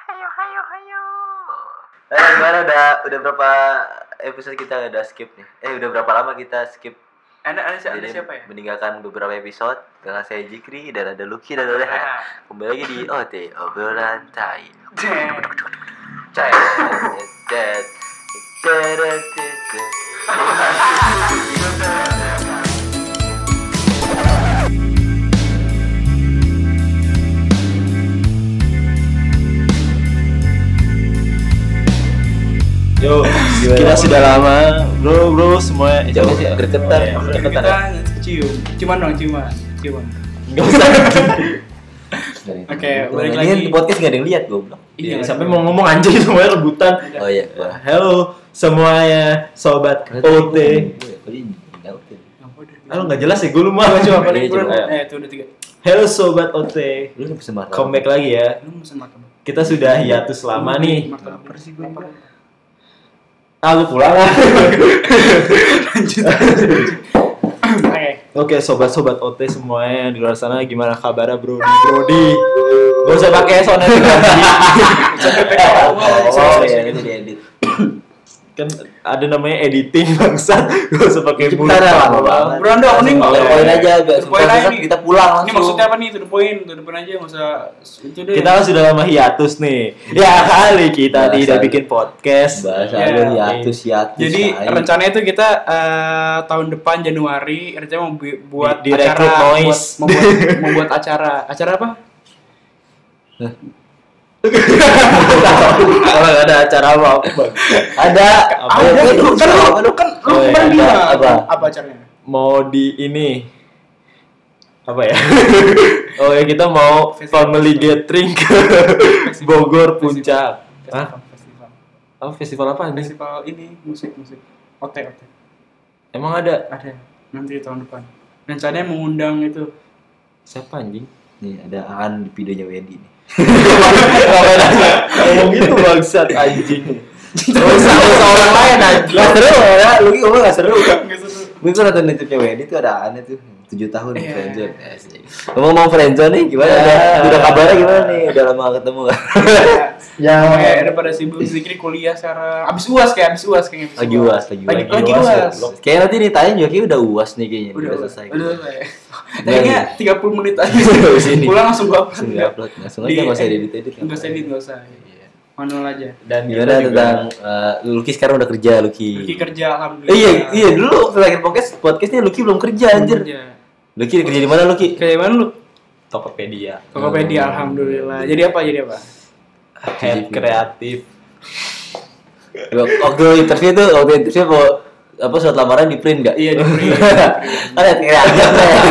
Hayo. Gimana udah berapa episode kita udah skip nih? Udah berapa lama kita skip? Ada siapa ya? Meninggalkan beberapa episode dengan saya Jikri dan ada Lucky dan ada Rehan. Kembali lagi di OT obrolan tai. Yo, kita sudah lama, bro semua Jauh berketan. Kita cium. Cuman. Enggak usah. Oke, balik Ini lagi. podcast nggak ada yang lihat goblok. Iya, sampai mau ngomong anjing semuanya rebutan. Oh iya. Halo semuanya, sobat OT. Halo nggak jelas ya, gue lupa. Coba pada Iya, coba. itu udah 3. Halo sobat OT, Lu bisa marah. comeback lagi ya. Lu mesen martabak. Kita sudah hiatus lama nih. Martabak sih gue. Lu pulang lah. Lanjut. Oke, sobat-sobat OT semuanya yang di luar sana, gimana kabarnya Brody? Gak usah pakai sound effect lagi. Oh iya, itu diedit. Kan ada namanya editing bangsat. Gak usah pakai mulut. Buruan dong, ini Poin aja agak Poin aja susah nih. kita pulang langsung. Ini maksudnya apa nih? To the point aja, enggak usah itu deh. Kita kan sudah lama hiatus nih. Ya kali kita Bahasa- tidak bikin podcast. Bahasa Iya. lu hiatus. Jadi rencananya itu kita tahun depan Januari rencana mau buat Di rekrut acara, noise. membuat acara apa? Kalau nggak ada acara apa bang? Ada Lu kan Oh, iya, pernah ada. bilang apa acaranya? Mau di ini apa ya? Oh ya, kita mau Festival. family gathering ke Bogor Puncak. Hah? Festival. Oh, festival apa nih? Festival ini musik. Oke. Emang ada? Ada nanti tahun depan. Rencananya mengundang itu. Siapa anjing? Nih ada Aan di videonya Wendy nih. Ngomong gitu bangsat anjing. Gak usah orang lain anjing. Gak seru ya, lu ngomong gak seru. Enggak seru. Gue tuh nonton YouTube-nya Wendy tuh ada Aan itu 7 tahun Iya. friendzone. Ngomong friendzone nih gimana? Udah kabarnya gimana nih? Udah lama gak ketemu kan? Ya, daripada sibuk Zikri kuliah sekarang. Abis UAS kayaknya. Lagi uas. Lagi UAS. Kayak nanti nih tanya juga kayak udah uas nih kayaknya. Udah selesai. Udah selesai. Kayaknya 30 menit aja. Sini. Pulang langsung gua Langsung upload. Langsung aja enggak usah edit-edit. Enggak usah edit, enggak usah. Manual aja. Dan Gimana tentang Lucky sekarang udah kerja Lucky? Lucky kerja alhamdulillah. Iya dulu terakhir podcastnya Lucky belum kerja anjir. Lucky kerja di mana Lucky? Kayak mana lu? Tokopedia. Tokopedia alhamdulillah. Jadi apa? Head kreatif. Waktu interview mau apa surat lamaran di print enggak? Iya, di print. Ada kreatif.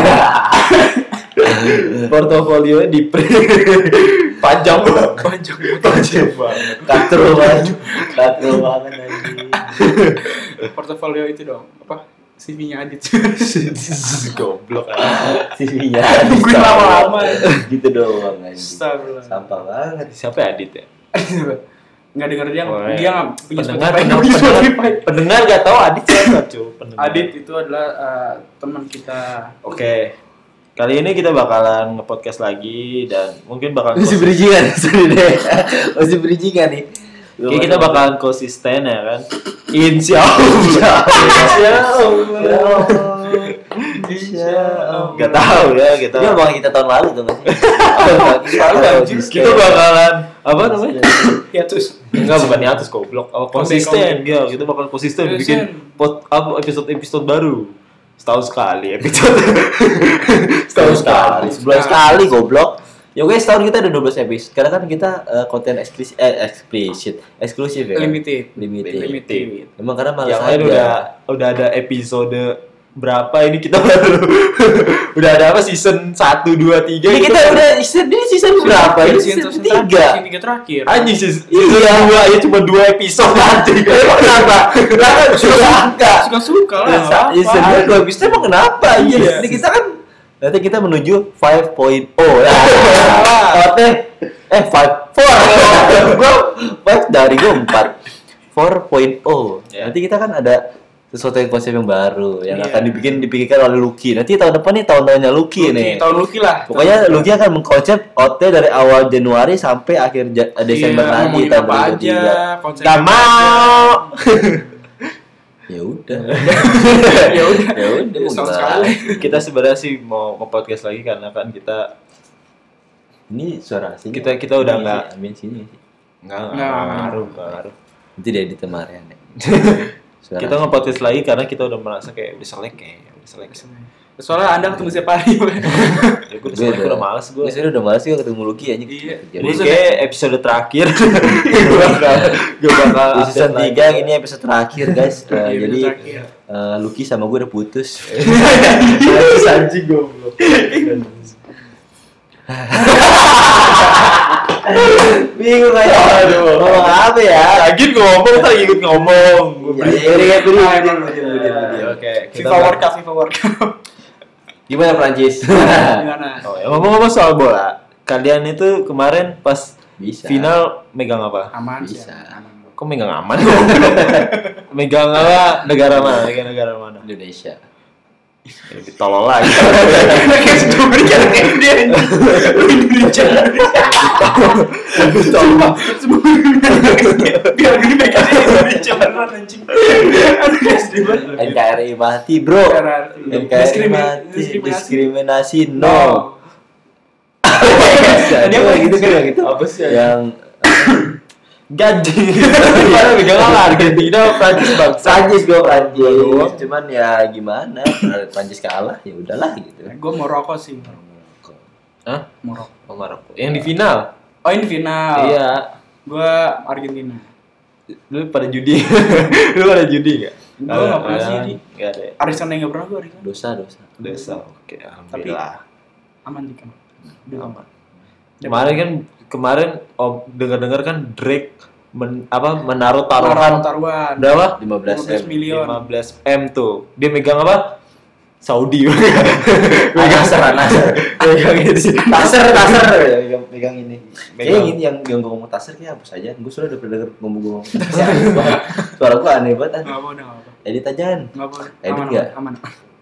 Portofolio di print. Panjang banget. Panjang. banget. Katro banget anjing. Portofolio itu dong. Apa? CV-nya Adit. Goblok. CV-nya. Nungguin lama-lama. Gitu doang anjing. Astagfirullah. Sampah banget. Siapa ya Adit ya? Nggak denger dia, Oh, dia iya. nggak punya Pendengar, Spotify. pendengar gak tahu Adit siapa cuy. Pendengar. Adit itu adalah teman kita. Oke. Kali ini kita bakalan nge-podcast lagi dan mungkin bakal Masih bridgingan, sorry deh. Masih bridgingan nih. Oke, kita bakalan konsisten ya kan. Insya Allah. Gak tahu ya kita. Ini omongan kita tahun lalu tuh masih. Kita bakalan apa namanya? Ya terus. Enggak, bukan hiatus goblok. Konsisten ya. Kita bakal konsisten bikin episode baru. Setahun sekali episode. Sebulan sekali goblok. Ya guys, setahun kita ada 12 episode. Karena kan kita konten eksklusif ya. Kan? Limited. Emang karena malas Yang lain aja. udah ada episode berapa ini kita baru udah ada apa season 1 2 3 Ini kita udah season berapa? Ini season 3. Season 3 terakhir. anjing season 2 ya cuma 2 episode anjing. Emang kenapa? Kenapa Suka lah. Season 2 episode emang kenapa? Iya. Ini kita kan nanti kita menuju 5.0 ya. Oke. 5 dari gue 4. 4.0. Ya. Nanti kita kan ada sesuatu yang konsep yang baru yang Iya. akan dipikirkan oleh Lucky. Nanti tahun depan nih tahun-tahunnya Lucky nih. Tahun Lucky lah. Pokoknya Lucky akan mengkonsep OT dari awal Januari sampai akhir Desember Iya, nanti ngomongin tahun apa aja, 2023. konsepnya Gak apa mau. Ya udah. Ya udah. Ya udah. mau Setahun gimana sekali. lagi? Kita sebenarnya sih mau nge-podcast lagi karena kan kita Ini suara sini. Kita udah nggak. Amin sini. Nggak Nggak. ngaruh. Nanti dia di kemarin. Kita nge-podcast lagi karena kita udah merasa kayak udah selek. Soalnya Anda ketemu siapa hari? Ya gue udah males gue. Gue udah malas juga ketemu Lucky aja. Iya. Jadi Ini kayak episode terakhir. Gue bakal di season update 3 ini episode terakhir guys. Iya, Jadi terakhir. Lucky sama gue udah putus. lagi. Anjing goblok. Bingung aja. Aduh. Ngomong apa ya? Lagi ngomong, lagi ikut ngomong. Oke. FIFA World Cup. Gimana Prancis? Gimana? Oh, ya, ngomong-ngomong soal bola, kalian itu kemarin pas Bisa. final megang apa? Aman sih. Bisa. Aman. Kok megang aman? Megang apa? Negara mana? Negara mana? Indonesia. Lebih tolol lagi. Kayak sebelum dia Indonesia. Biar gini mereka Indonesia beneran anjing. NKRI mati bro. NKRI mati. Diskriminasi no. Tadi apa gitu kan gitu. Apa sih? Yang Gaji. Gimana megang apa? Argentina, Prancis bang. Prancis gue Prancis. Cuman ya gimana? Prancis kalah ya udahlah gitu. Gue Maroko sih. Hah? Maroko. Oh, Maroko. Yang di final. Oh ini final. Iya. Gue Argentina. Lu pada judi. Lu pada judi enggak? Gue nggak pernah sih judi. Enggak ada. Arisan yang nggak pernah gue Arisan. Dosa. Oke, alhamdulillah. Aman sih kan. Udah aman. Kemarin dengar-dengar kan Drake menaruh taruhan Taruhan. berapa? 15 miliar. 15 M tuh. Dia megang apa? Saudi. Nasar. Megang ini. Taser pegang ini. Kayaknya ini yang gue ngomong taser kayak hapus aja. Gue sudah udah pernah denger ngomong taser. Suara gue aneh banget. Nggak apa udah nggak apa. Edit aja. Nggak apa. Edit nggak? Aman.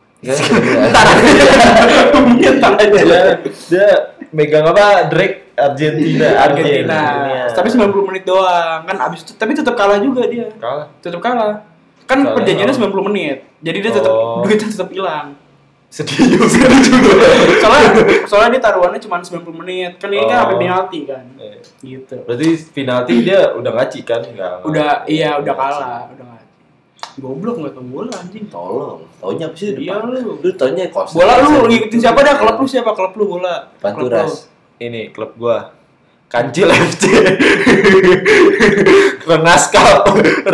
Ntar aja. Dia megang apa? Drake Argentina. Tapi 90 menit doang. Kan abis itu tapi tetap kalah juga dia. Tetap kalah. Kan Kalah, perjanjiannya oh. 90 menit. Jadi dia tetap duitnya tetap hilang. Sedih juga. Soalnya dia taruhannya cuma 90 menit. Kan ini kan sampai penalti kan. Gitu. Berarti penalti dia udah ngaci kan? Udah kalah, udah ngaci. Goblok enggak tahu bola anjing. Tolong. Taunya apa sih? Iya lu. Lu taunya kos. Bola lu ngikutin siapa dah? Klub lu siapa? Klub lu bola. Panturas. Ini klub gua. Kancil FC. Rengas Cup.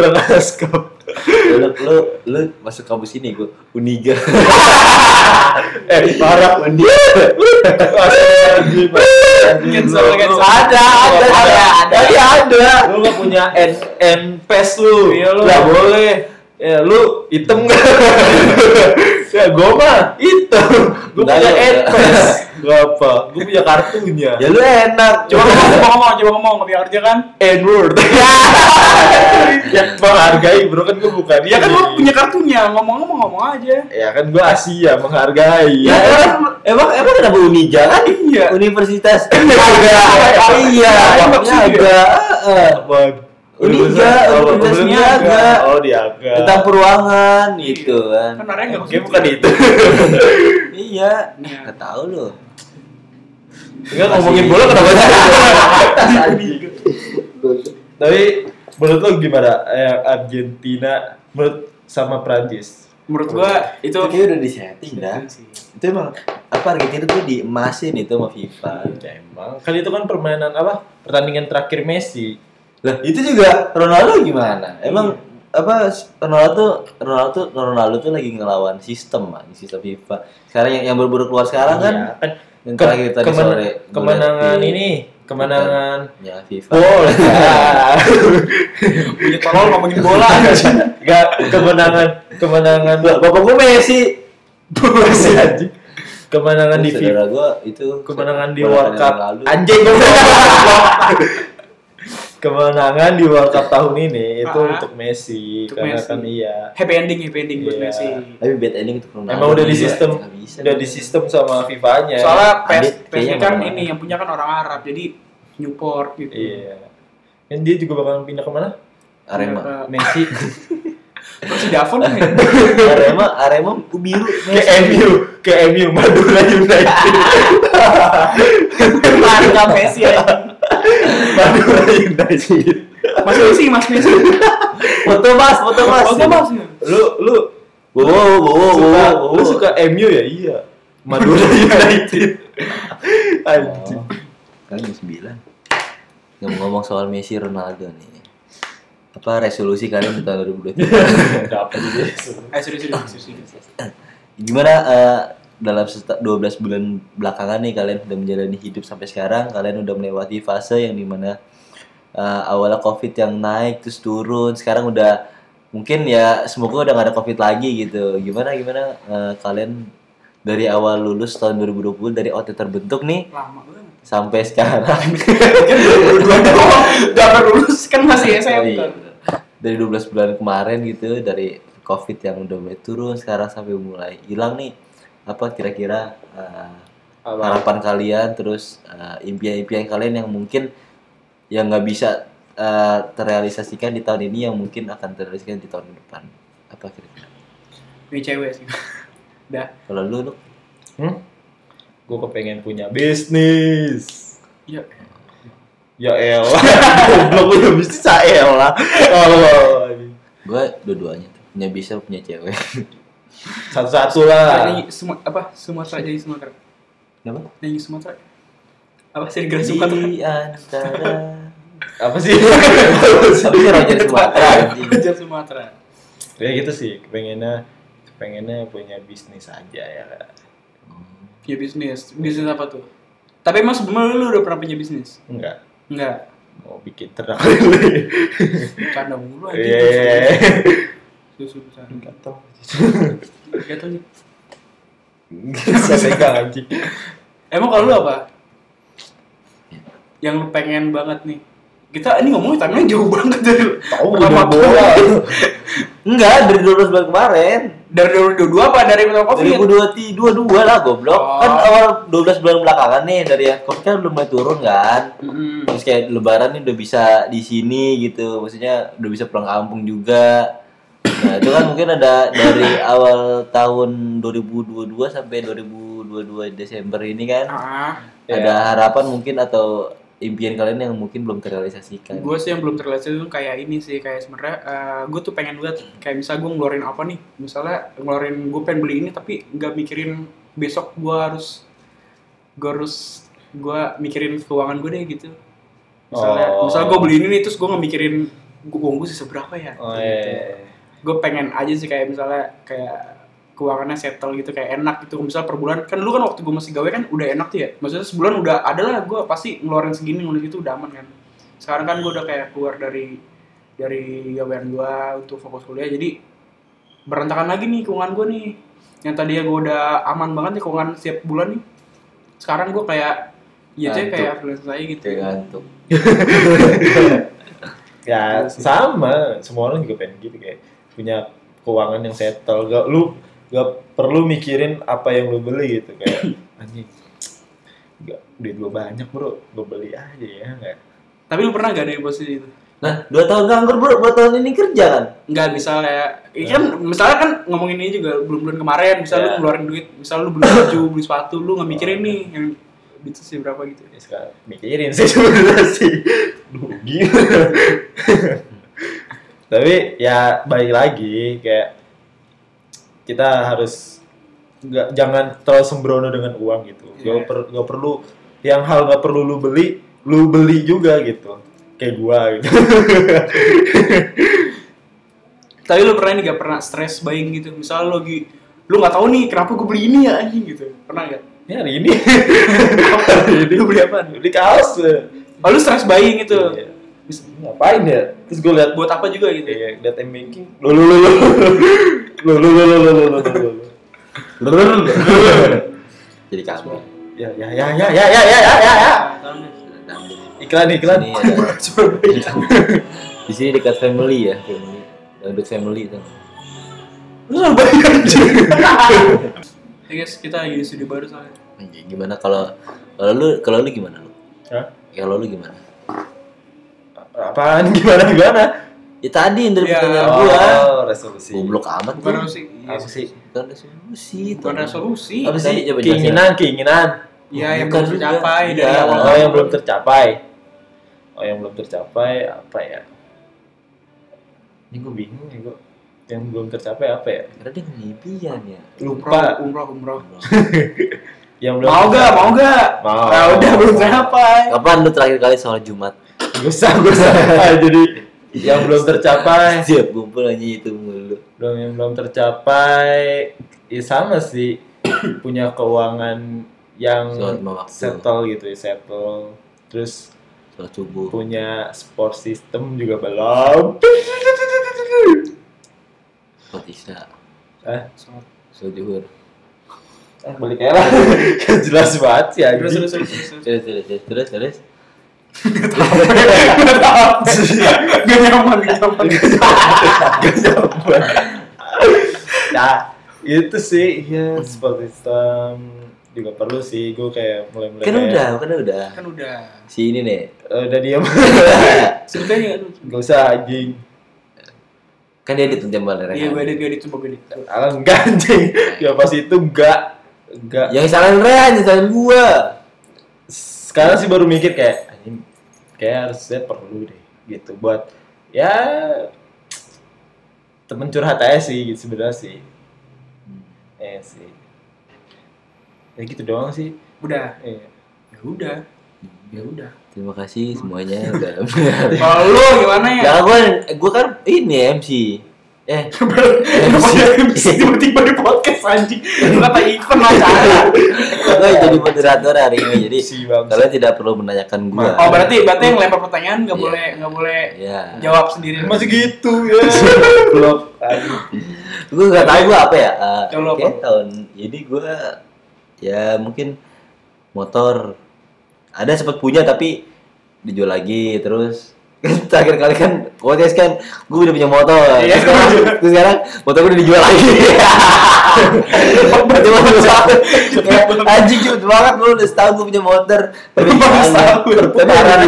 Lu masuk kampus ini gua Uniga. Parah Uniga. Ada. Lu enggak punya NPS lu. Iya, lu. Enggak boleh. Ya lu hitam enggak? Ya gua mah hitam. Gua punya NPS. Berapa? Gua punya kartunya. Ya lu enak. Coba ngomong, nggak kerja kan? N-word. Ya menghargai bro, kan gue bukan. Ya kan lu punya kartunya, ngomong aja. Ya kan gue Asia menghargai. Ya emang kenapa Unija kan? Iya. Universitas. Iya, agak. Uniga, Universitas Niaga. Oh, Niaga. Tentang peruangan gitu kan. Kan orangnya nggak Oke, bukan itu. Iya, nggak tahu lu. Enggak ngomongin bola kenapa Tapi menurut lo gimana Argentina menurut sama Prancis? Menurut gua itu Kayaknya udah disetting dah. Itu emang apa Argentina tuh diemasin itu sama FIFA. Emang kan itu kan pertandingan terakhir Messi. Lah itu juga Ronaldo gimana? Emang apa Ronaldo tuh lagi ngelawan sistem FIFA. Sekarang yang baru keluar sekarang kan? Iya, kan yang terakhir tadi sore kemenangan ya FIFA. Bola. punya tolol ngomongin bola Enggak kemenangan Bapak gue Messi anjing. Kemenangan di FIFA. Saudara gue itu Kemenangan di World Cup. lalu. Anjing gue. kemenangan di World Cup tahun ini itu untuk Messi untuk karena Messi. kan happy ending buat Iya. Messi. Tapi bad ending itu Ronaldo. emang udah di sistem Nggak bisa. udah di sistem sama FIFA-nya. Soalnya Adit PSG kayaknya kan mana-mana. ini yang punya kan orang Arab, jadi Newport gitu. Iya. Kan dia juga bakal pindah kemana? Arema. Messi Si Davon kan. Arema biru. ke MU Madura United. Mantap Messi ya. Madura United. Mas Messi. Foto mas. Lu Wow. lu suka MU ya? Iya. Madura United. Anjing. Kali 9. Ngomong soal Messi Ronaldo nih. Apa resolusi kalian di tahun 2023? Dapat dia. Serius. Gimana dalam 12 bulan belakangan nih kalian udah menjalani hidup sampai sekarang, kalian udah melewati fase yang dimana awalnya Covid yang naik terus turun, sekarang udah mungkin ya semoga udah gak ada Covid lagi gitu. Gimana kalian dari awal lulus tahun 2020 dari OT terbentuk nih Lama banget. sampai sekarang Kan 2022 doang. Gak baru lulus kan masih SMA. Oh, iya. Dari 12 bulan kemarin gitu, dari Covid yang udah mulai turun sekarang sampai mulai hilang nih, apa kira-kira harapan kalian, terus impian-impian kalian yang mungkin yang nggak bisa terrealisasikan di tahun ini yang mungkin akan terrealisasikan di tahun depan, apa kira-kira? Ini cewek sih. Dah. Kalau lu Gue kepengen punya bisnis. Ya. Ya elah. Goblok punya bisnis ya elah. Oh. gue dua-duanya tuh, punya bisa punya cewek. Satu-satu lah. Nyanyi Sumatera jadi Sumatera. Kenapa? Nyanyi Sumatera. Apa sih negara Sumatera? Di antara Apa sih? tapi Roger Sumatera anjing. Raja Sumatera. Ya gitu sih, kepengennya punya bisnis aja ya. Punya bisnis. Bisnis apa tuh? Tapi emang sebelumnya lu udah pernah punya bisnis? Enggak, Enggak. mau bikin ternak dulu. Canda mulu aja. Iya. Susu besar. Enggak tahu. Gak tau nih. Bisa pegang anjing. Emang kalau lu apa? Yang lu pengen banget nih? Kita ini ngomongin timeline jauh banget dari Tahu pertama udah bola. Enggak, dari 12 bulan kemarin. Dari 2022 apa dari pertama Covid? 2022 lah goblok. Oh. Kan awal 12 bulan belakangan nih dari Covid kan belum mulai turun kan. Mm-mm. Terus kayak lebaran nih udah bisa di sini gitu. Maksudnya udah bisa pulang kampung juga. Nah, itu kan mungkin ada dari awal tahun 2022 sampai 2022 Desember ini kan. Ada harapan mungkin atau impian kalian yang mungkin belum terrealisasikan. Gue sih yang belum terrealisasi tuh kayak ini sih, kayak sebenarnya gue tuh pengen banget kayak misalnya gue ngeluarin apa nih, misalnya ngeluarin gue pengen beli ini tapi nggak mikirin besok gue harus mikirin keuangan gue deh gitu. Misalnya gue beli ini nih terus gue nggak mikirin uang gue sih seberapa ya. Oh, gitu. Gue pengen aja sih kayak misalnya kayak keuangannya settle gitu, kayak enak gitu. Misalnya per bulan kan dulu kan waktu gue masih gawe kan udah enak tuh ya, maksudnya sebulan udah ada lah gue pasti ngeluarin segini ngeluarin itu udah aman kan. Sekarang kan gue udah kayak keluar dari gawean gue untuk fokus kuliah, jadi berantakan lagi nih keuangan gue nih. Yang tadinya gue udah aman banget nih keuangan setiap bulan nih, sekarang gue kayak ya tuh kayak freelance aja gitu. Kayak ngantuk. Ya sama, semua orang juga pengen gitu, kayak punya keuangan yang settle. Gak perlu mikirin apa yang lu beli gitu, kayak anjing gak duit gue banyak bro, gue beli aja ya nggak. Tapi lu pernah gak ada di posisi itu? Nah, 2 tahun nganggur bro, 2 tahun ini kerja kan? Enggak, misalnya kan misalnya kan ngomongin ini juga bulan-bulan kemarin, misalnya lu ngeluarin duit, misalnya lu beli baju, beli sepatu, lu nggak mikirin nih yang itu sih berapa gitu. Ya sekarang mikirin sih sebenarnya sih, rugi. Tapi ya balik lagi kayak kita harus jangan terlalu sembrono dengan uang gitu. Gak perlu yang hal gak perlu lu beli juga gitu. Kayak gua gitu. Tapi lu pernah gak pernah stress buying gitu? Misalnya lu nggak tahu nih kenapa gue beli ini ya anjing gitu. Pernah gak? Ya hari ini. Lu beli apa? Beli kaos. Oh, lu stress buying itu. Iya. Ngapain ya? Terus gue lihat Buat apa juga gitu? Iya, lihat M-Banking. Lo. Jadi kamu. Ya. Iklan. Sini ada. Surabaya. Di sini dekat family ya, family. Dangdut family itu. Surabaya anjir. Ya guys, kita lagi di studio baru soalnya. Gimana kalau lu gimana lu? Hah? Kalau lu gimana? Apaan gimana? Ya tadi yang dari Ya. pertanyaan gua. Resolusi. Goblok amat Bukan lu. resolusi. Apa sih? Bukan resolusi. Bukan resolusi. Apa Tadi sih? coba jelasin. Keinginan. Ya, yang Bukan belum juga. tercapai dari Iya. awal. Oh, yang belum tercapai. Yang belum tercapai apa ya? Ini gue bingung ya gue. Yang belum tercapai apa ya? Karena dia ngimpian ya. Lupa. Umroh. Yang belum Mau gak? Mau. Nah, udah belum tercapai. Kapan lu terakhir kali sholat Jumat? Gak usah. Jadi yang belum tercapai. Siap kumpul aja itu mulu. Yang belum tercapai. Ya sama sih. Punya keuangan yang Sholat lima waktu. settle gitu ya, settle. Terus Sholat subuh. punya support system juga belum. Sholat isya. Sholat zuhur. Balik aja lah. Jelas banget sih anjing. Terus. Gak nyaman. Gak nyaman. Nah, itu sih ya support system juga perlu sih. Gue kayak mulai Kan udah. Kan udah. Si ini nih. Udah diam. Sebetulnya Gak usah anjing. Kan dia ditentang balik. iya gue edit coba gue edit. Alah enggak anjing. Ya pas itu enggak. Yang salahin Rehan, yang salahin gua. Sekarang sih baru mikir kayak anjing, kayak harusnya perlu deh gitu buat ya temen curhat aja sih gitu sebenarnya sih. Sih. Ya gitu doang sih. Udah. Iya. Ya udah. Terima kasih semuanya udah. Kalau lu gimana ya? Ya gua kan ini MC. Tiba-tiba di podcast anjing. Lu kata event acara. Gua jadi moderator hari ini. Jadi Si bangsa. kalian tidak perlu menanyakan gua. Oh, berarti yang lempar pertanyaan enggak Iya. boleh Iya. jawab sendiri. Masih gitu ya. Blok. Gue gak tahu gue apa ya. Kalau Kayak tahun jadi gue ya mungkin motor ada sempat punya tapi dijual lagi terus terakhir kali kan podcast kan gue udah punya motor. Iya. Terus sekarang motor gue udah dijual lagi. Anjing cepet banget lu udah setahun gue punya motor. Tapi perputaran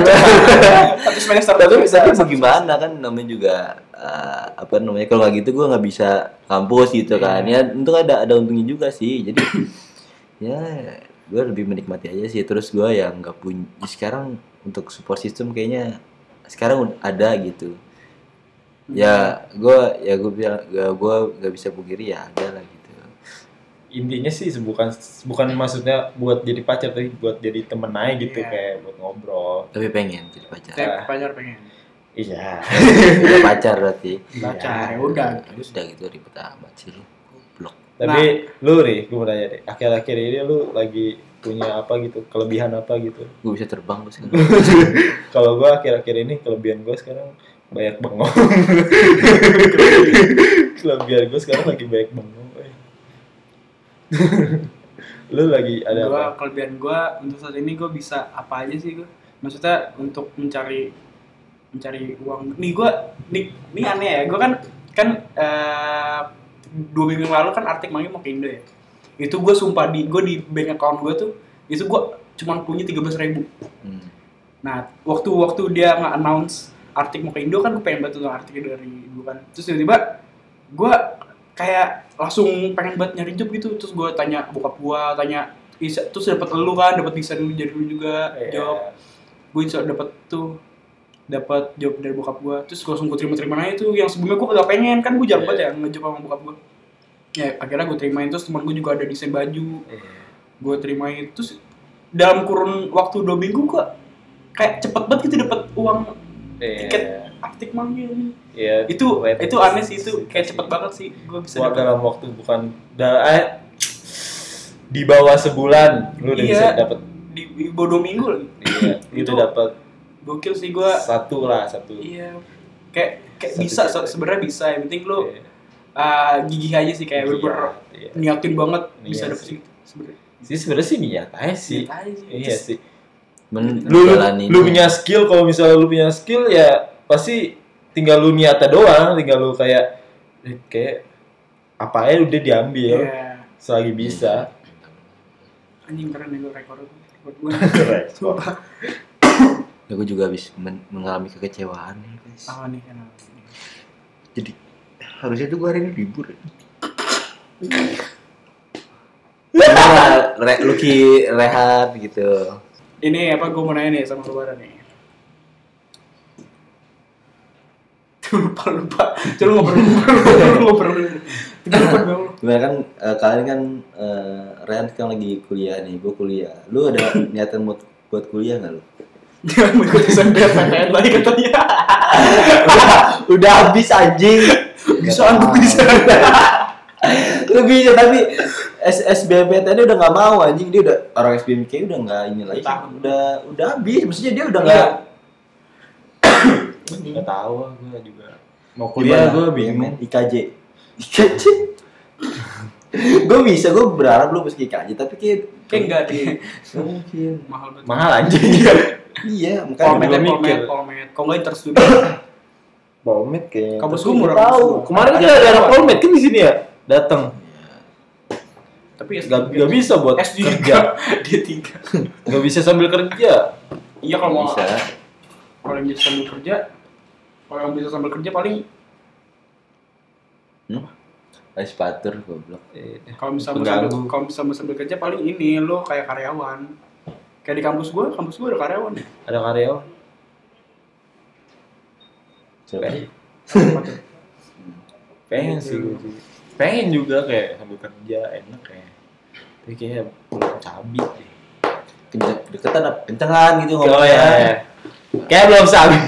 tapi gimana kan namanya juga apa namanya kalau nggak gitu gue nggak bisa kampus gitu kan ya untuk ada untungnya juga sih jadi ya gue lebih menikmati aja sih terus gue yang nggak punya sekarang untuk support system kayaknya sekarang ada gitu ya gue bilang gue nggak bisa pungkiri ya ada lah gitu. Intinya sih bukan maksudnya buat jadi pacar tapi buat jadi temen aja gitu Iya. kayak buat ngobrol. Tapi pengen jadi pacar. Pacar pengen. Iya. Udah pacar berarti. Pacar ya udah. Udah gitu ribet amat sih lu. Goblok. Tapi lu nih, gue mau nanya deh. Akhir-akhir ini lu lagi punya apa gitu? Kelebihan apa gitu? Gue bisa terbang gue sekarang. Kalau gue akhir-akhir ini kelebihan gue sekarang banyak bengong. Kelebihan gue sekarang lagi banyak bengong. Lu lagi ada apa? Kelebihan gue untuk saat ini gue bisa apa aja sih gue? Maksudnya untuk mencari uang. Nih gue nih aneh ya. Gue kan 2 minggu lalu kan Artik Mangi mau ke Indo ya. Itu gue sumpah di bank account gue tuh itu gue cuma punya 13.000. Nah waktu dia nge-announce Artik mau ke Indo kan gue pengen banget nonton Artik dari dulu kan. Terus tiba-tiba gue kayak langsung pengen banget nyari job gitu. Terus gue tanya bokap gue, terus dapat dapat desain dulu jadi dulu juga job. Gue bisa dapat job dari bokap gue. Terus gue langsung gue terima aja tuh yang sebelumnya gue gak pengen kan gue jarang banget ya ngejob sama bokap gue. Ya akhirnya gue terimain terus teman gue juga ada desain baju. Gue terimain terus dalam kurun waktu 2 minggu gue kayak cepet banget gitu dapat uang tiket Artik Mangi ini. Iya. Itu aneh sih itu kayak cepet banget sih gue bisa dapat dalam waktu bukan di bawah sebulan lu udah bisa dapat di bawah 2 minggu lagi. Iya, itu dapat gokil sih gue. Satu. Iya. Kayak bisa sebenarnya bisa. Yang penting lu gigih aja sih kayak bener niatin banget bisa dapet sih sebenarnya. Sebenarnya sih niat aja sih. Niat aja sih. Iya sih. Lu punya skill, kalau misalnya lu punya skill ya pasti tinggal lu niatnya doang, tinggal lu kayak apa aja udah diambil selagi bisa. Anjing keren nih lu rekor gue. Ya gue juga habis mengalami kekecewaan nih guys. Apa nih kenapa? Jadi harusnya tuh gue hari ini libur. Lucky rehat gitu. Ini apa gue mau nanya nih sama Lebaran nih. lupa. Coba ngobrol. Gimana kan kalian kan Rehan kan lagi kuliah nih, gue kuliah. Lu ada niatan buat kuliah nggak lu? Dia mau ikut SNMPTN lagi katanya. udah habis anjing. Bisa. Lu bisa tapi SBMPTN udah nggak mau anjing, dia udah orang SBMK udah nggak ini lagi. Udah habis, maksudnya dia udah nggak. Nggak tahu, gue juga mau kuliah. Gue bingung. IKJ. Gue berharap lu masuk IKJ, tapi kayak enggak deh. Mungkin mahal anjing. Iya, makanya Polmed. Kok nggak interstudi? Polmed kayak. Kampus gue murah. Tahu. Kemarin kan ada anak Polmed kan di sini ya, datang. Tapi nggak bisa buat kerja. D3. Nggak bisa sambil kerja. Iya kalau mau. Bisa. Kalau yang bisa sambil kerja paling. Espatur goblok. Kalau bisa sambil kerja paling ini lo kayak karyawan. Kayak di kampus gue ada karyawan. Ada karyawan. Coba. Pengen sih gue. Pengen juga kayak sambil kerja enak kayak. Tapi kayaknya belum cabi deh. Deketan apa? Kencengan gitu ngomongnya. Oh ya. Kayak belum sabi.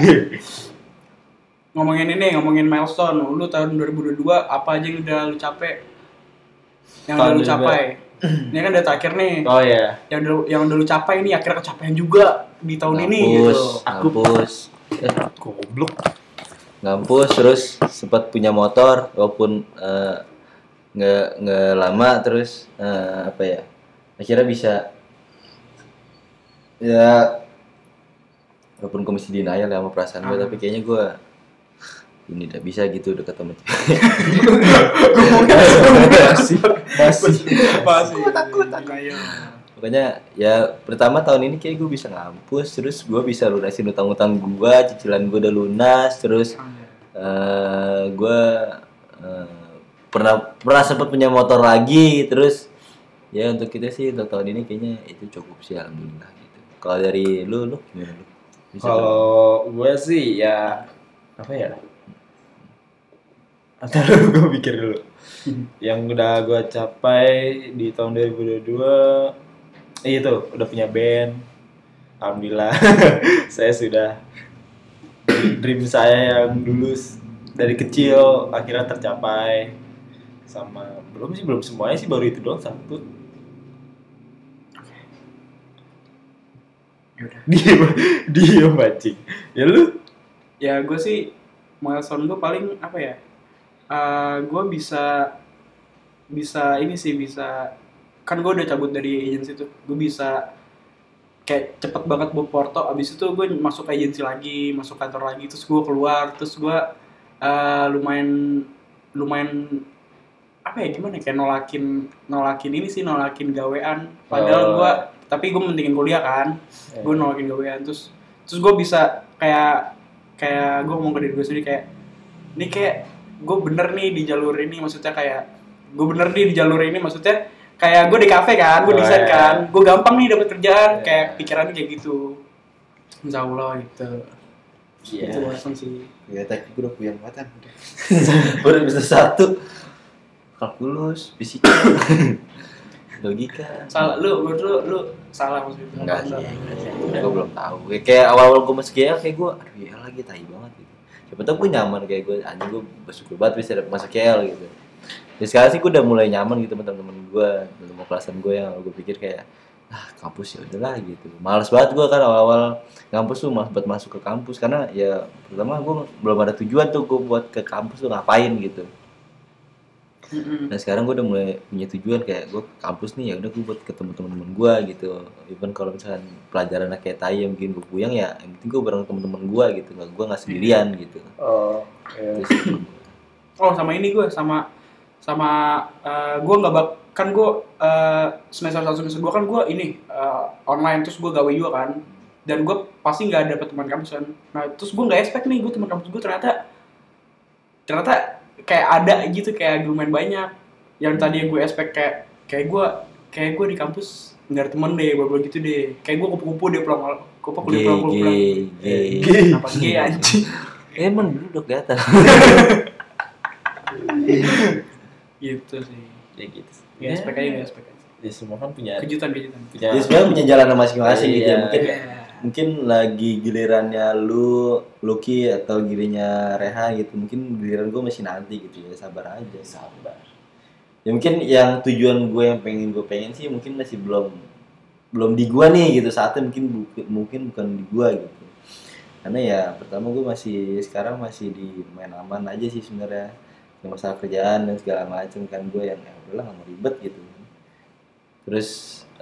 Ngomongin milestone, lu tahun 2022 apa aja yang udah lu capek? Yang udah lu capai. Ini kan udah terakhir nih. Oh iya. Yang udah lu capai ini akhirnya kecapean juga di tahun ini gitu. Ngampus. Goblok. Ngampus terus sempat punya motor walaupun nggak lama, terus apa ya? Akhirnya bisa ya walaupun komisi denial ya sama perasaan gue, tapi kayaknya gue ini udah bisa gitu deket sama cewek. Masih takut. Makanya ya pertama tahun ini kayak gue bisa ngampus, terus gue bisa lunasin utang-utang gue, cicilan gue udah lunas, terus gue pernah sempat punya motor lagi, terus ya untuk kita sih untuk tahun ini kayaknya itu cukup sih, alhamdulillah gitu. Kalau dari lu gimana lu? Kalau gue sih ya apa ya? Ntar gue pikir dulu. Yang udah gue capai di tahun 2022 itu udah punya band. Alhamdulillah. Saya sudah dream saya yang dulu dari kecil akhirnya tercapai. Sama belum semuanya sih, baru itu doang satu. Yaudah. Diem mancing. Ya lu? Ya gue sih milestone gue paling apa ya? Gue bisa ini sih, bisa kan gue udah cabut dari agensi tuh, gue bisa kayak cepet banget buat porto, abis itu gue masuk agensi lagi, masuk kantor lagi, terus gue keluar, terus gue lumayan apa ya, gimana kayak nolakin ini sih, nolakin gawean, padahal tapi gue mentingin kuliah kan, gue nolakin gawean, terus gue bisa kayak gue ngomong ke diri gue sendiri kayak ini kayak gue bener nih di jalur ini, maksudnya kayak gue di kafe kan, gue desain kan, gue gampang nih dapet kerjaan, kayak pikirannya kayak gitu, insya Allah gitu. Itu langsung sih. Ya tadi gue udah puyeng banget kan. Udah bisa satu. Kalkulus, fisika, logika. Salah lu salah maksudnya. Enggak sih. Gue belum tahu. Kayak awal-awal gue masuk KL kayak gue, aduh ya lagi tai banget gitu. Siapa tau gue nyaman kayak gue, anjing gue bersyukur banget bisa masuk KL gitu. Jadi sekarang sih gue udah mulai nyaman gitu sama teman-teman gue, sama kelasan gue yang gue pikir kayak kampus ya udahlah gitu. Males banget gue kan awal-awal kampus tuh buat masuk ke kampus, karena ya pertama gue belum ada tujuan tuh gue buat ke kampus tuh ngapain gitu. Nah sekarang gue udah mulai punya tujuan kayak gue ke kampus nih, ya udah gue buat ketemu teman-teman gue gitu. Even kalau misalkan pelajaran kayak tai yang bikin gue puyeng, ya yang penting gue bareng teman-teman gue gitu, nggak gue nggak sendirian gitu. Oh, iya. Terus, Oh sama ini gue sama gue nggak kan gue semester 1 semester 2 kan gue ini online, terus gue gawe juga kan, dan gue pasti nggak dapet teman kampus kan. Nah terus gue nggak expect nih gue teman kampus gue ternyata kayak ada gitu, kayak lumayan banyak. Yang tadi gue expect kayak gue di kampus nggak ada temen deh, baru gitu deh. Kayak gue kupu-kupu deh pulang kuliah pulang. Kenapa gay anjing? emang dulu udah kelihatan. Gitu sih. Ya gitu. Nggak expect aja. Ya semua kan punya Kejutan. punya Dia sebenarnya punya jalan masing-masing gitu ya. Iya. Mungkin lagi gilirannya Lucky atau gilirannya Reha gitu. Mungkin giliran gue masih nanti gitu ya. Sabar aja. sabar. Ya mungkin yang tujuan gue yang pengen sih mungkin masih belum di gua nih gitu. Saatnya mungkin bukan di gua gitu. Karena ya pertama gue sekarang masih di main aman aja sih sebenarnya. Yang masalah kerjaan dan segala macam kan, gue yang ya udahlah nggak mau ribet gitu. Terus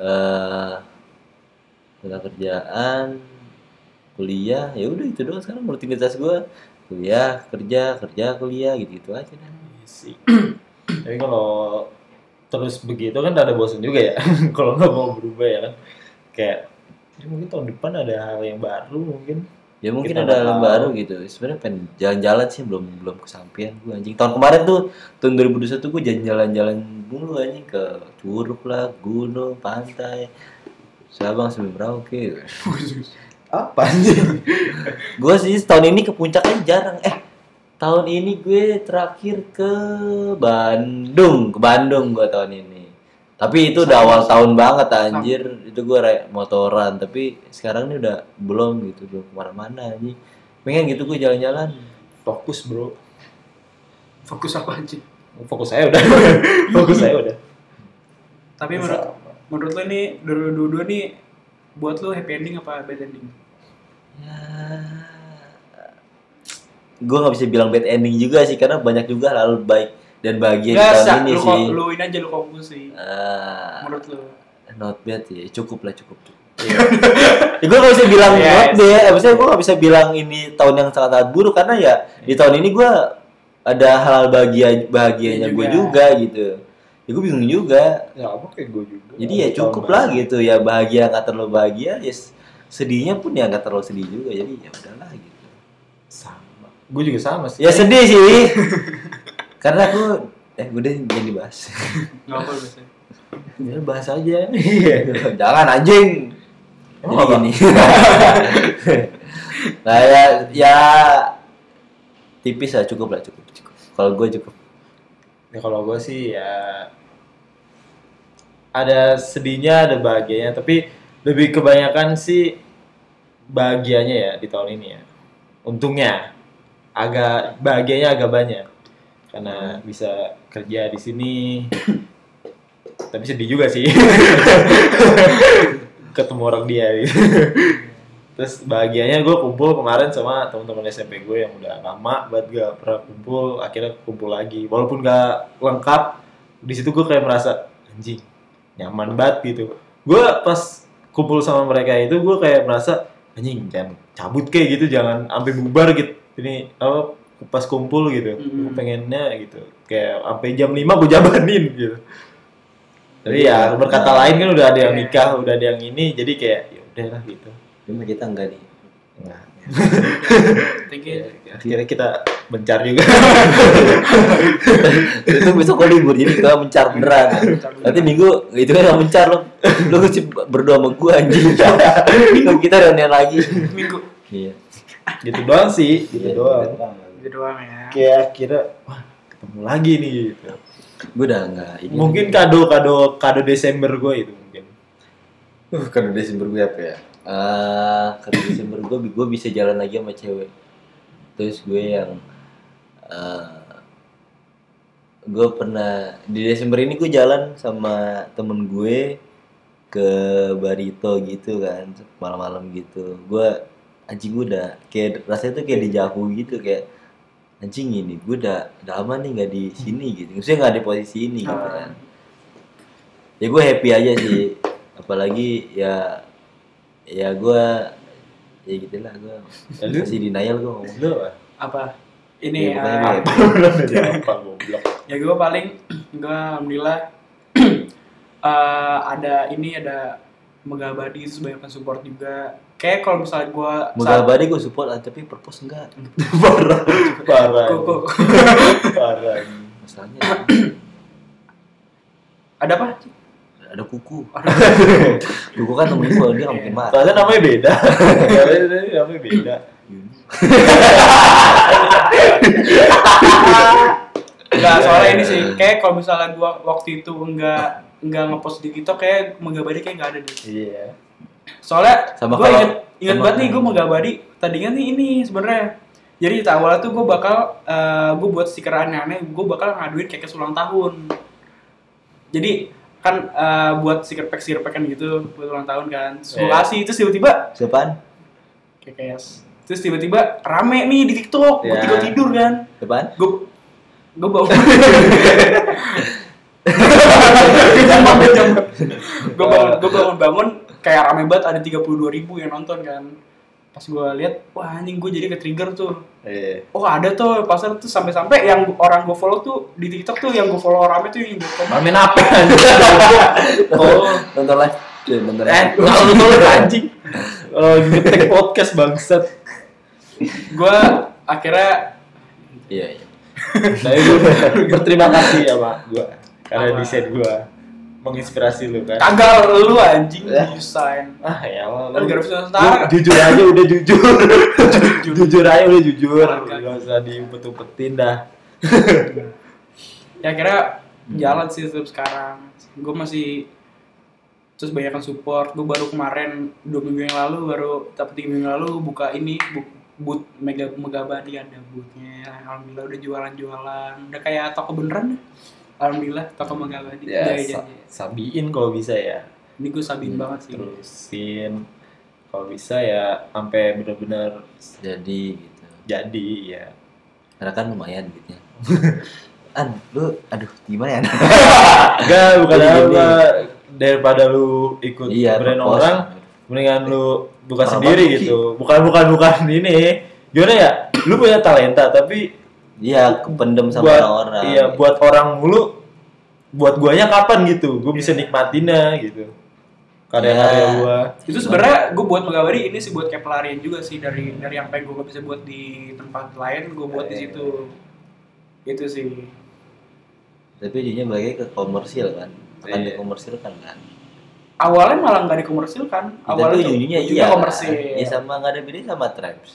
setelah kerjaan, kuliah, ya udah itu doang sekarang rutinitas gue. Kuliah, kerja, kuliah gitu aja dah. Sih. Tapi kalau terus begitu kan ada bosan juga ya. Kalau nggak mau berubah ya kan. Kayak ya mungkin tahun depan ada hal yang baru mungkin. Ya mungkin Kita ada nggak hal tahu. baru gitu. Sebenarnya pengen jalan-jalan sih, belum kesampaian gue anjing. Tahun kemarin tuh tahun 2021 gue jalan-jalan dulu anjing ke Curug lah, gunung, pantai. Sabang sampai Merauke. Apa anjing? Gue sih tahun ini ke puncak aja jarang. Tahun ini gue terakhir ke Bandung gue tahun ini. Tapi itu udah awal tahun banget anjir. Itu gue motoran, tapi sekarang ini udah belum kemana-mana anjing. Pengen gitu gue jalan-jalan. Fokus bro. Fokus apa anjing? Fokus saya udah. Fokus saya udah. Tapi menurut lo ini 2022 nih buat lo happy ending apa bad ending? Ya, gue nggak bisa bilang bad ending juga sih, karena banyak juga hal baik dan bahagia di tahun ini sih. Lu ini aja lu fokus sih. Menurut lo? Not bad ya, cukup. Ya, gue gak bisa bilang not bad, maksudnya gue gak bisa bilang ini tahun yang sangat buruk, karena ya di tahun ini gue ada hal bahagianya gue juga gitu. Ya gue bingung juga. Ya apa kayak gue juga. Jadi ya cukup lah gitu, ya bahagia nggak terlalu bahagia, ya sedihnya pun ya nggak terlalu sedih juga, jadi ya udahlah gitu. Sama. Gue juga sama sih. Ya sedih sih, karena aku udah jangan dibahas. Nggak apa biasanya. Ya bahas aja. Jangan anjing. Emang Jadi apa? gini. Nah ya tipis lah, cukup. Kalau gue cukup. Ya kalau gue sih ya ada sedihnya, ada bahagianya, tapi lebih kebanyakan sih bahagianya ya di tahun ini ya. Untungnya bahagianya agak banyak karena bisa kerja di sini. Tapi sedih juga sih. Ketemu orang dia gitu. Terus bahagianya gue kumpul kemarin sama teman-teman SMP gue yang udah lama banget gak pernah kumpul, akhirnya kumpul lagi. Walaupun gak lengkap, di situ gue kayak merasa anjing, nyaman banget gitu. Gue pas kumpul sama mereka itu gue kayak merasa anjing, jangan cabut kayak gitu, jangan sampai bubar gitu. Ini apa pas kumpul gitu. Gue pengennya gitu. Kayak sampai jam 5 gue jabanin gitu. Tapi ya berkata lain kan udah ada yang nikah, udah ada yang ini, jadi kayak ya udahlah gitu. Cuma kita enggak nih. Enggak. Thank you. Akhirnya kita bencar juga. Itu besok gue libur, jadi kita mencar beneran. Nanti minggu itu kan gak mencar lo. Lo berdoa sama gue anjing. Kita reunian lagi. Minggu. Iya. Gitu doang sih, gitu doang. Gitu doang ya. Kayak kira wah ketemu lagi nih gitu. Gue udah enggak ini. Mungkin kado Desember gue itu mungkin. Kado Desember gue apa ya? Kado Desember gue bisa jalan lagi sama cewek. Terus gue yang gue pernah di Desember ini gue jalan sama temen gue ke Barito gitu kan, malam-malam gitu. Gue anjing, gue udah kayak rasanya tuh kayak dijauh gitu, kayak anjing ini gue udah lama nih nggak di sini gitu, maksudnya nggak di posisi ini gitu kan. Ya gue happy aja sih, apalagi ya gue ya gitulah, gue masih denial gue ngomong. Lu Apa ini Ya, pokoknya gue apa goblok. ya gue paling gue alhamdulillah ada Megabadi itu banyak support juga. Kayak kalau misalnya gue Megabadi gue support tapi purpose enggak. Parah. Kok Parah. Masalahnya ada apa? ada kuku. Kuku kan temen gue, dia nggak mungkin marah. Soalnya namanya beda. Namanya beda. Enggak, soalnya ini sih kayak kalau misalnya gue waktu itu enggak ngepost di TikTok, kayak Megabadi kayak enggak ada deh. Iya. Soalnya Sama gue kalau- inget sama- banget nih gue Megabadi tadinya nih ini sebenarnya. Jadi di awalnya tuh gue bakal gue buat stiker aneh-aneh, gue bakal ngaduin kekes ulang tahun. Jadi kan buat stiker pack-an gitu buat ulang tahun kan. Terus gue kasih, terus tiba-tiba Siapaan? kekes. Terus tiba-tiba rame nih di TikTok, gue Ya. tidur kan. Siapaan? Gue bangun. Gue bangun kayak rame banget, ada 32.000 yang nonton kan. Pas gue lihat, wah anjing, gue jadi ke-trigger tuh. Iya. Oh ada tuh pasar tuh sampai yang orang gue follow tuh di TikTok tuh, yang gue follow rame tuh yang gue komen. Main apa? Oh, nonton live. Nonton live. Kalau lu anjing. Oh, ngetek podcast bangsat. Gue akhirnya Iya. Tapi gue berterima kasih sama gue karena Apa? desain gue menginspirasi lu kan. kagak lu anjing desain. Ah ya Allah. Kan Lu grafis Nusantara. jujur aja udah jujur. Jujur aja udah jujur. Kagak. Gak usah diumpet-umpetin dah. Ya akhirnya jalan sih tetap sekarang. Gue masih terus banyakkan support. Gue baru kemarin 2 minggu yang lalu, baru 3 minggu yang lalu buka ini boot Megabadi, ada bootnya. Alhamdulillah udah jualan, udah kayak toko beneran. Alhamdulillah toko Megabadi. Ya, Udah aja. sabiin kalau bisa ya. Ini gue sabiin banget sih. Terusin kalau bisa ya sampai benar-benar Jadi gitu. jadi ya. Karena kan lumayan duitnya. Lu aduh gimana ya? Enggak, bukan Jadi apa. Daripada lu ikut Iya, brand purpose. orang, mendingan lu buka Parah sendiri banget, gitu. Bukan ini. Gimana ya? Lu punya talenta tapi Iya, kependem sama buat orang-orang. iya buat orang mulu, buat guanya kapan gitu? Gue bisa nikmatinnya gitu. Karya-karya Ya. gua. Itu sebenarnya gue buat Megabadi ini sih buat kayak pelarian juga sih dari yang pengen gue gak bisa buat di tempat lain, gue buat di situ. Itu sih. Tapi ujungnya balik ke komersil kan. Akan Iya. dikomersilkan kan. Awalnya malah nggak dikomersilkan. Kita tuh Awalnya tuh ujungnya ujungnya iya. komersil. Iya sama nggak ada bedanya sama Tribes.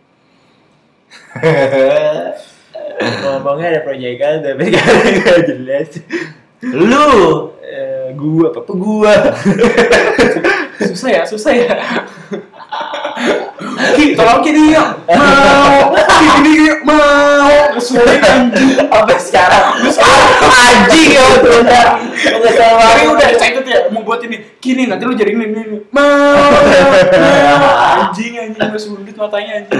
Ngomongnya ada proyekan tapi gak jelas. Lu Gua apa gua? Susah ya. Ki, tolong Ki dia. Mau. Ki ini mau. Sulit anjing. Apa sekarang? anjing ya benar. Tapi udah excited ya mau buat ini. Kini nanti lu jadi ini. Mau. Anjing udah sundut matanya anjing.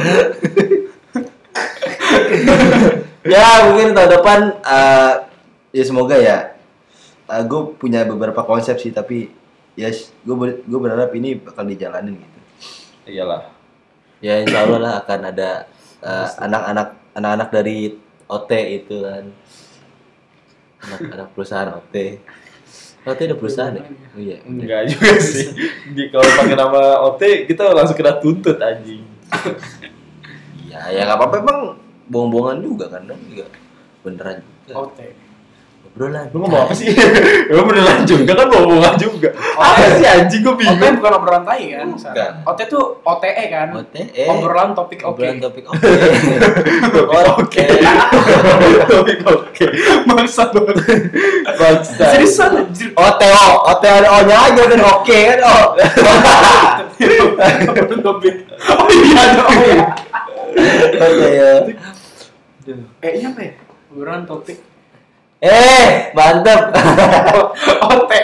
Ya mungkin tahun depan ya semoga ya. Gue punya beberapa konsep sih tapi ya gue berharap ini bakal dijalanin gitu. Iyalah. Ya insya Allah lah akan ada anak-anak dari OT itu kan, anak perusahaan OT. OT ada perusahaan ya? Oh iya. Enggak juga sih. Kalau pakai nama OT kita langsung kena tuntut anjing. Iya ya nggak apa-apa, emang bohong-bohongan juga kan, juga beneran juga. Oke. Obrolan. Lu ngomong apa sih? Lu beneran juga kan bohongan juga. Apa sih anjing gua OT bingung. bukan obrolan tai kan? Bukan. OT tuh OTE kan? OTE. Obrolan topik oke. Obrolan topik oke. Oke. Topik oke. Maksa banget. Bangsa. Seriusan anjir. OTO, OTO ada O-nya aja kan oke kan O. Obrolan topik. Oh iya ada oh ya. Oke ya. Iya apa ya? Obrolan topik. Mantep. OT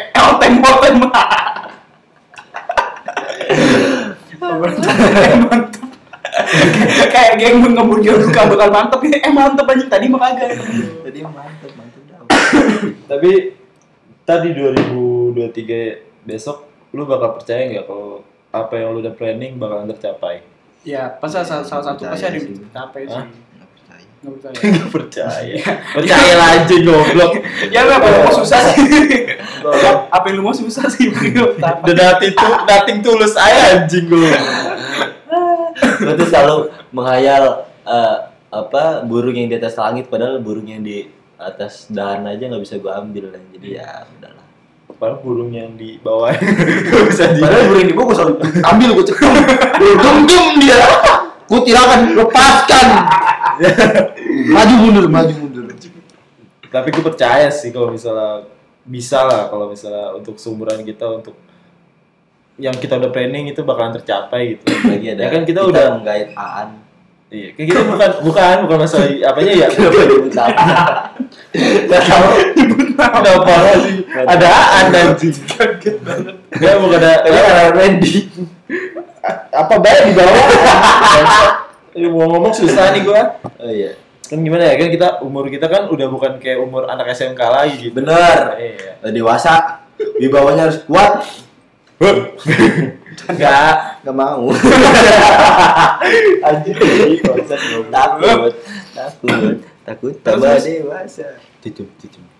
mantap. Kayak geng ngebun duka bakal mantep ya. Mantep anjing tadi mah kagak. Jadi mantep dah. Tapi tadi 2023 besok lu bakal percaya nggak kalau apa yang lu udah planning bakalan tercapai? Ya, pas salah satu pasti ada yang tercapai sih. Hah? Nggak percaya. Nggak percaya. Percaya lah anjing goblok. Ya apa yang mau susah sih? Apa yang lu mau susah sih? The nothing tulus aja anjing gue. Gue tuh selalu menghayal burung yang di atas langit, padahal burung yang di atas dahan aja nggak bisa gue ambil. Jadi ya udahlah. Padahal burung yang di bawah nggak bisa di. Padahal burung yang di bawah gue selalu ambil, gue cekam, gue genggam dia, gue tirakan, lepaskan. Maju mundur. Tapi gue percaya sih kalau misalnya bisa lah, kalau misalnya untuk seumuran kita, untuk yang kita udah planning itu bakalan tercapai gitu. Lagi ada. Ya kan kita udah menggait Aan. Iya, kayak kita bukan masalah apanya ya. Kenapa nyebut nama? Gak tau. Kenapa sih? Ada Aan anjing. Kaget banget. Enggak, bukan ada. Tapi ada Randy. Apa baik di bawah? Mau ngomong susah nih gua. Oh iya. Kan gimana ya, kan umur kita kan udah bukan kayak umur anak SMK lagi gitu. Bener. Iya. Udah dewasa. Di bawahnya harus kuat. Gak mau. Anjir, konsep Takut tambah dewasa. Tutup.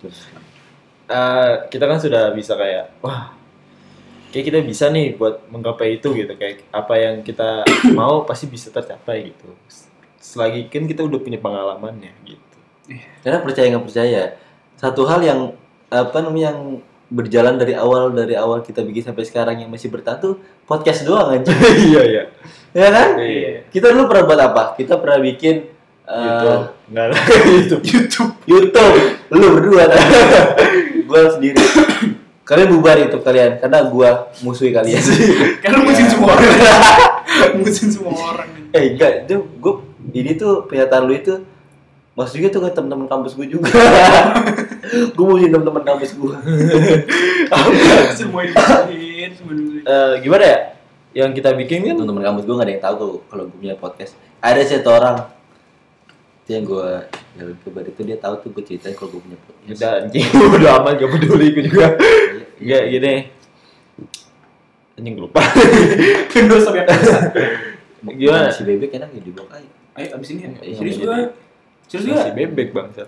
Kita kan sudah bisa kayak, wah, kayak kita bisa nih buat menggapai itu gitu, kayak apa yang kita mau pasti bisa tercapai gitu. Selagi kan kita udah punya pengalamannya gitu. Karena percaya nggak percaya, satu hal yang yang berjalan dari awal kita bikin sampai sekarang yang masih bertahan tuh podcast doang aja. Iya. Ya kan? Iya. Kita dulu pernah buat apa? Kita pernah bikin YouTube. Enggak lah. YouTube. Lu berdua. Gua sendiri. Kalian bubar YouTube kalian karena gua musuhi kalian. Karena musuhin semua orang. Musuhin semua orang. Enggak, itu gua ini tuh pernyataan lu itu maksudnya tuh ke teman-teman kampus gue juga. Gue mau jadi teman-teman kampus gue. Semua dimasukin, Gimana ya? Yang kita bikin kan teman-teman kampus gue nggak ada yang tahu kalau gue punya podcast. Ada satu orang itu yang gue jalan ke bar itu, dia tahu tuh gue ceritain kalau gue punya podcast. udah anjing, udah aman, gak peduli gue juga. Enggak gini. Anjing lupa. Kendor sampai Gimana? Si bebek enak ya dibawa aja. Ayo abis ini ya. Iya, Serius iya. gue. Serius gue. Si bebek bangsat.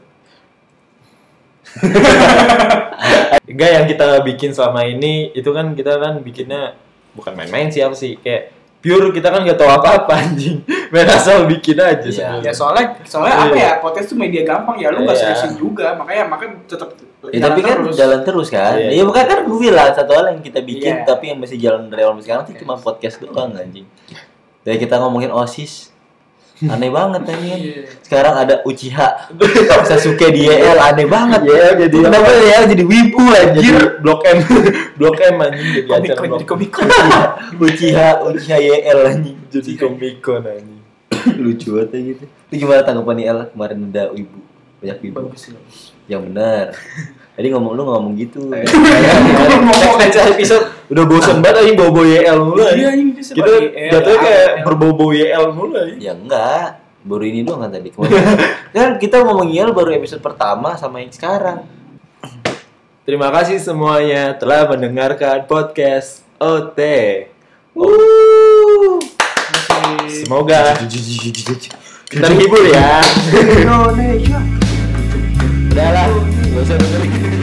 Enggak, yang kita bikin selama ini itu kan kita kan bikinnya bukan main-main sih, apa sih, kayak pure kita kan nggak tahu apa-apa anjing, main asal bikin aja. Iya. Ya soalnya apa ya, podcast tuh media gampang ya, lu nggak Iya. seriusin juga, makanya tetap Ya, tapi kan jalan terus kan. Iya. Iya bukan kan gue bilang satu hal yang kita bikin Iya. tapi yang masih jalan dari awal sampai sekarang tuh cuma podcast doang anjing. Dari kita ngomongin OSIS aneh banget anjing. Sekarang ada Uchiha Sasuke di YL, aneh banget ya. Jadi kenapa ya jadi wibu anjir. Blok M anjing, jadi acara blok. komik-komik. Uchiha YL anjing. Jadi komikon anjing. Lucu banget gitu. Itu gimana tanggapan IL kemarin ada wibu, banyak wibu. Bagus ya. Yang benar. Tadi lu ngomong gitu. Next episode udah bosan banget anjing bawa YL mulu Iya, anjing. ini bisa Kita pakai jatuhnya kayak YL. berbau YL mulu anjing. Ya enggak, baru ini doang kan tadi. Kan kita ngomong IL baru episode pertama sama yang sekarang. Terima kasih semuanya telah mendengarkan podcast OT. Semoga kita terhibur ya. Indonesia. Udah lah, gak usah dengerin.